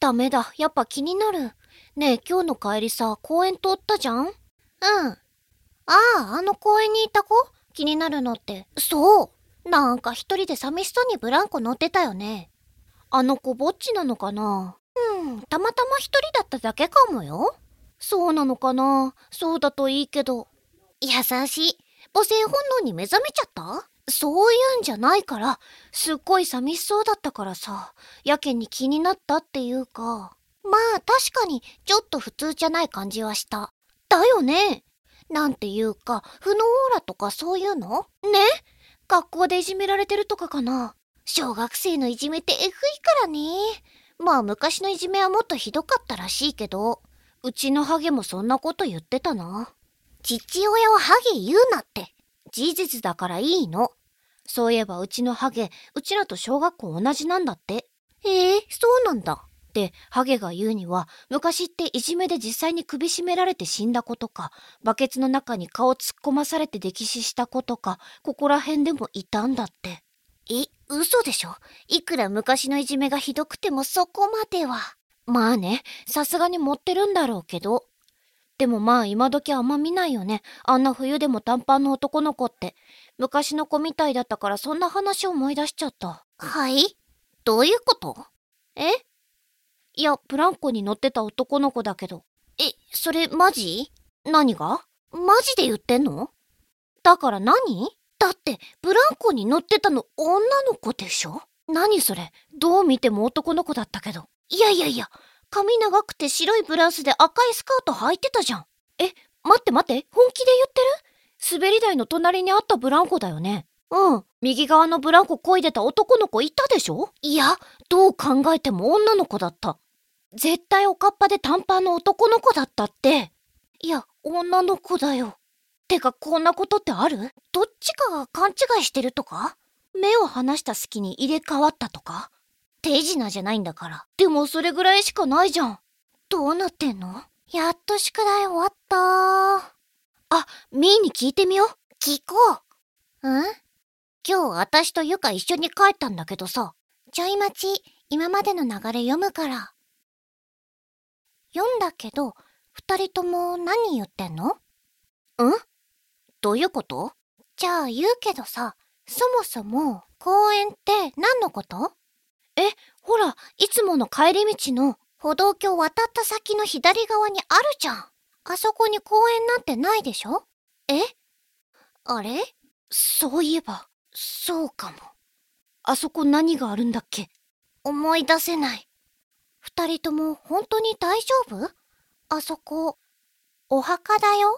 ダメだ、やっぱ気になる。ねえ、今日の帰りさ、公園通ったじゃん？あの公園にいた子？気になるのって。そう。なんか一人で寂しそうにブランコ乗ってたよね。あの子ぼっちなのかな？たまたま一人だっただけかもよ。そうなのかな？そうだといいけど。優しい。母性本能に目覚めちゃった？そういうんじゃないから、すっごい寂しそうだったからさ、やけに気になったっていうか。まあ確かにちょっと普通じゃない感じはした。だよね。なんていうか、負のオーラとかそういうの？ね？学校でいじめられてるとかかな。小学生のいじめってえぐいからね。まあ昔のいじめはもっとひどかったらしいけど、うちのハゲもそんなこと言ってたな。父親はハゲ言うなって。事実だからいいの。そういえばうちのハゲ、うちらと小学校同じなんだって。そうなんだ。で、ハゲが言うには、昔っていじめで実際に首絞められて死んだ子とか、バケツの中に顔突っ込まされて溺死した子とか、ここら辺でもいたんだって。嘘でしょ？いくら昔のいじめがひどくてもそこまでは。まあね、さすがに持ってるんだろうけど。でもまあ今時あんま見ないよね。あんな冬でも短パンの男の子って。昔の子みたいだったからそんな話を思い出しちゃった。はい？どういうこと？いや、ブランコに乗ってた男の子だけど。それマジ？何が？マジで言ってんの？だから何？だって、ブランコに乗ってたの女の子でしょ？何それ？どう見ても男の子だったけど。いやいやいや、髪長くて白いブラウスで赤いスカート履いてたじゃん。待って待って、本気で言ってる？滑り台の隣にあったブランコだよね。右側のブランコ漕いでた男の子いたでしょ？いや、どう考えても女の子だった。絶対おかっぱで短パンの男の子だったって。いや、女の子だよ。てか、こんなことってある？どっちかが勘違いしてるとか？目を離した隙に入れ替わったとか？手品じゃないんだから。でもそれぐらいしかないじゃん。どうなってんの？やっと宿題終わったー。ミーに聞いてみよう。聞こう。今日私とゆか一緒に帰ったんだけどさ。ちょい待ち、今までの流れ読むから。読んだけど、二人とも何言ってんの？どういうこと？じゃあ言うけどさ、そもそも公園って何のこと？ほら、いつもの帰り道の歩道橋渡った先の左側にあるじゃん。あそこに公園なんてないでしょ？あれ？そういえば、そうかも。あそこ何があるんだっけ？思い出せない。二人とも本当に大丈夫？あそこ、お墓だよ。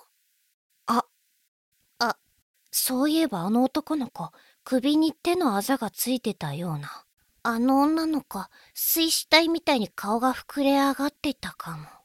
そういえばあの男の子、首に手のあざがついてたような。あの女の子、水死体みたいに顔が膨れ上がってたかも。